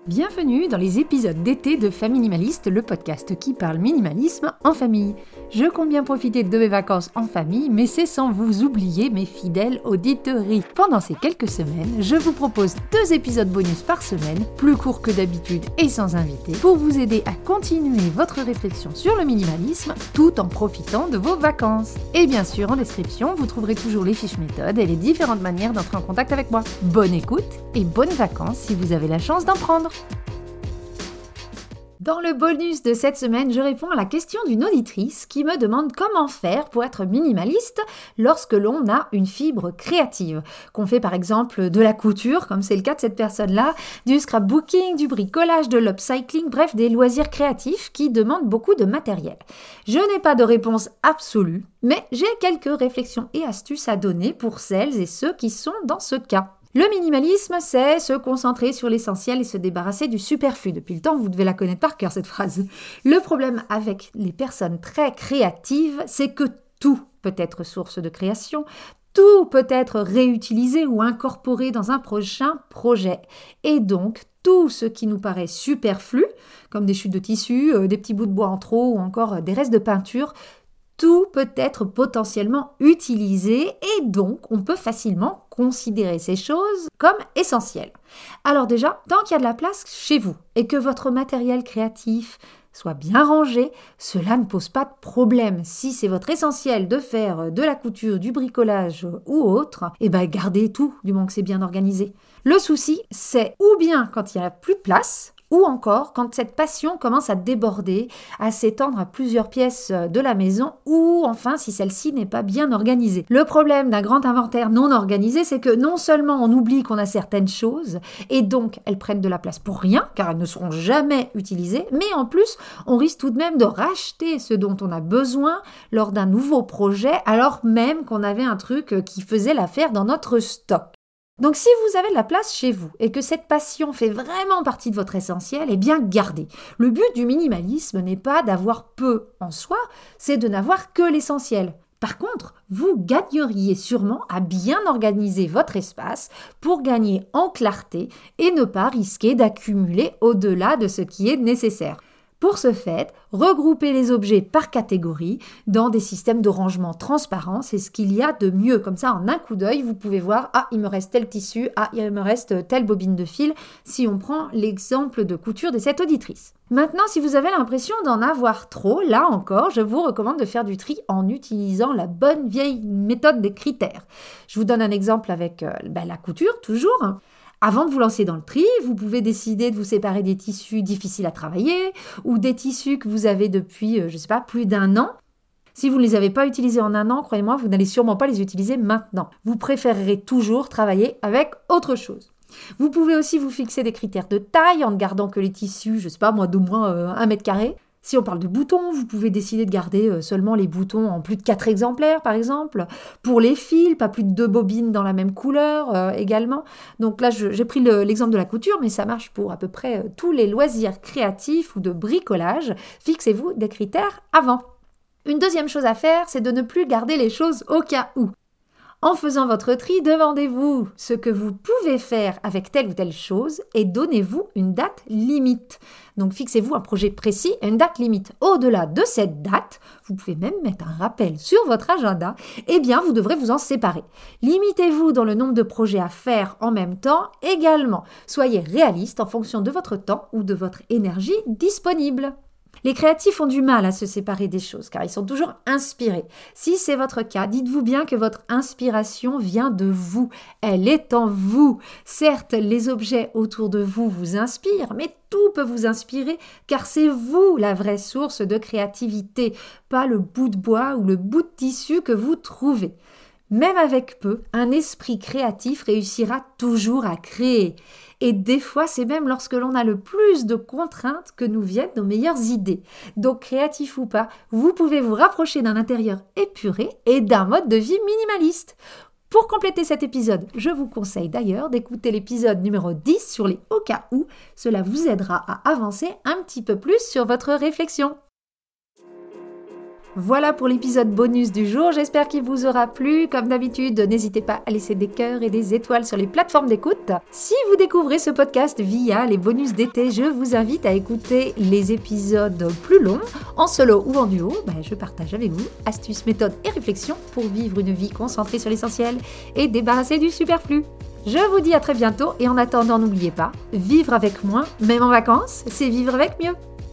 Bienvenue dans les épisodes d'été de Faminimaliste, le podcast qui parle minimalisme en famille. Je compte bien profiter de mes vacances en famille, mais c'est sans vous oublier mes fidèles auditeurs. Pendant ces quelques semaines, je vous propose 2 épisodes bonus par semaine, plus courts que d'habitude et sans invité, pour vous aider à continuer votre réflexion sur le minimalisme tout en profitant de vos vacances. Et bien sûr, en description, vous trouverez toujours les fiches méthodes et les différentes manières d'entrer en contact avec moi. Bonne écoute et bonnes vacances si vous avez la chance d'en prendre. Dans le bonus de cette semaine, je réponds à la question d'une auditrice qui me demande comment faire pour être minimaliste lorsque l'on a une fibre créative. Qu'on fait par exemple de la couture, comme c'est le cas de cette personne-là, du scrapbooking, du bricolage, de l'upcycling, bref, des loisirs créatifs qui demandent beaucoup de matériel. Je n'ai pas de réponse absolue, mais j'ai quelques réflexions et astuces à donner pour celles et ceux qui sont dans ce cas. Le minimalisme, c'est se concentrer sur l'essentiel et se débarrasser du superflu. Depuis le temps, vous devez la connaître par cœur, cette phrase. Le problème avec les personnes très créatives, c'est que tout peut être source de création, tout peut être réutilisé ou incorporé dans un prochain projet. Et donc, tout ce qui nous paraît superflu, comme des chutes de tissu, des petits bouts de bois en trop ou encore des restes de peinture, tout peut être potentiellement utilisé et donc on peut facilement considérer ces choses comme essentielles. Alors déjà, tant qu'il y a de la place chez vous et que votre matériel créatif soit bien rangé, cela ne pose pas de problème. Si c'est votre essentiel de faire de la couture, du bricolage ou autre, gardez tout du moment que c'est bien organisé. Le souci, c'est ou bien quand il n'y a plus de place, ou encore quand cette passion commence à déborder, à s'étendre à plusieurs pièces de la maison, ou enfin si celle-ci n'est pas bien organisée. Le problème d'un grand inventaire non organisé, c'est que non seulement on oublie qu'on a certaines choses, et donc elles prennent de la place pour rien, car elles ne seront jamais utilisées, mais en plus, on risque tout de même de racheter ce dont on a besoin lors d'un nouveau projet, alors même qu'on avait un truc qui faisait l'affaire dans notre stock. Donc si vous avez de la place chez vous et que cette passion fait vraiment partie de votre essentiel, bien gardez. Le but du minimalisme n'est pas d'avoir peu en soi, c'est de n'avoir que l'essentiel. Par contre, vous gagneriez sûrement à bien organiser votre espace pour gagner en clarté et ne pas risquer d'accumuler au-delà de ce qui est nécessaire. Pour ce fait, regroupez les objets par catégorie dans des systèmes de rangement transparents, c'est ce qu'il y a de mieux. Comme ça, en un coup d'œil, vous pouvez voir, il me reste tel tissu, il me reste telle bobine de fil, si on prend l'exemple de couture de cette auditrice. Maintenant, si vous avez l'impression d'en avoir trop, là encore, je vous recommande de faire du tri en utilisant la bonne vieille méthode des critères. Je vous donne un exemple avec la couture, toujours. Avant de vous lancer dans le tri, vous pouvez décider de vous séparer des tissus difficiles à travailler ou des tissus que vous avez depuis, plus d'1 an. Si vous ne les avez pas utilisés en 1 an, croyez-moi, vous n'allez sûrement pas les utiliser maintenant. Vous préférerez toujours travailler avec autre chose. Vous pouvez aussi vous fixer des critères de taille en ne gardant que les tissus, d'au moins 1 mètre carré. Si on parle de boutons, vous pouvez décider de garder seulement les boutons en plus de 4 exemplaires, par exemple. Pour les fils, pas plus de 2 bobines dans la même couleur également. Donc là, j'ai pris l'exemple de la couture, mais ça marche pour à peu près tous les loisirs créatifs ou de bricolage. Fixez-vous des critères avant. Une deuxième chose à faire, c'est de ne plus garder les choses au cas où. En faisant votre tri, demandez-vous ce que vous pouvez faire avec telle ou telle chose et donnez-vous une date limite. Donc fixez-vous un projet précis et une date limite. Au-delà de cette date, vous pouvez même mettre un rappel sur votre agenda, vous devrez vous en séparer. Limitez-vous dans le nombre de projets à faire en même temps également. Soyez réaliste en fonction de votre temps ou de votre énergie disponible. Les créatifs ont du mal à se séparer des choses car ils sont toujours inspirés. Si c'est votre cas, dites-vous bien que votre inspiration vient de vous. Elle est en vous. Certes, les objets autour de vous vous inspirent, mais tout peut vous inspirer car c'est vous la vraie source de créativité, pas le bout de bois ou le bout de tissu que vous trouvez. Même avec peu, un esprit créatif réussira toujours à créer. Et des fois, c'est même lorsque l'on a le plus de contraintes que nous viennent nos meilleures idées. Donc, créatif ou pas, vous pouvez vous rapprocher d'un intérieur épuré et d'un mode de vie minimaliste. Pour compléter cet épisode, je vous conseille d'ailleurs d'écouter l'épisode numéro 10 sur les au cas où. Cela vous aidera à avancer un petit peu plus sur votre réflexion. Voilà pour l'épisode bonus du jour, j'espère qu'il vous aura plu. Comme d'habitude, n'hésitez pas à laisser des cœurs et des étoiles sur les plateformes d'écoute. Si vous découvrez ce podcast via les bonus d'été, je vous invite à écouter les épisodes plus longs, en solo ou en duo. Je partage avec vous astuces, méthodes et réflexions pour vivre une vie concentrée sur l'essentiel et débarrassée du superflu. Je vous dis à très bientôt et en attendant, n'oubliez pas, vivre avec moins, même en vacances, c'est vivre avec mieux.